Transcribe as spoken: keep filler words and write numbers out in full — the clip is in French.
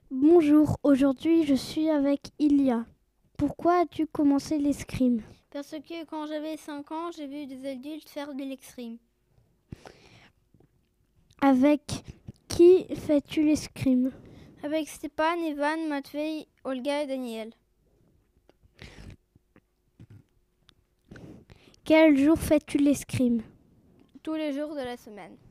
Bonjour, aujourd'hui je suis avec Ilia. Pourquoi as-tu commencé l'escrime? Parce que quand j'avais cinq ans, j'ai vu des adultes faire de l'escrime. Avec qui fais-tu l'escrime? Avec Stéphane, Evan, Matvei, Olga et Daniel. Quel jour fais-tu l'escrime? Tous les jours de la semaine.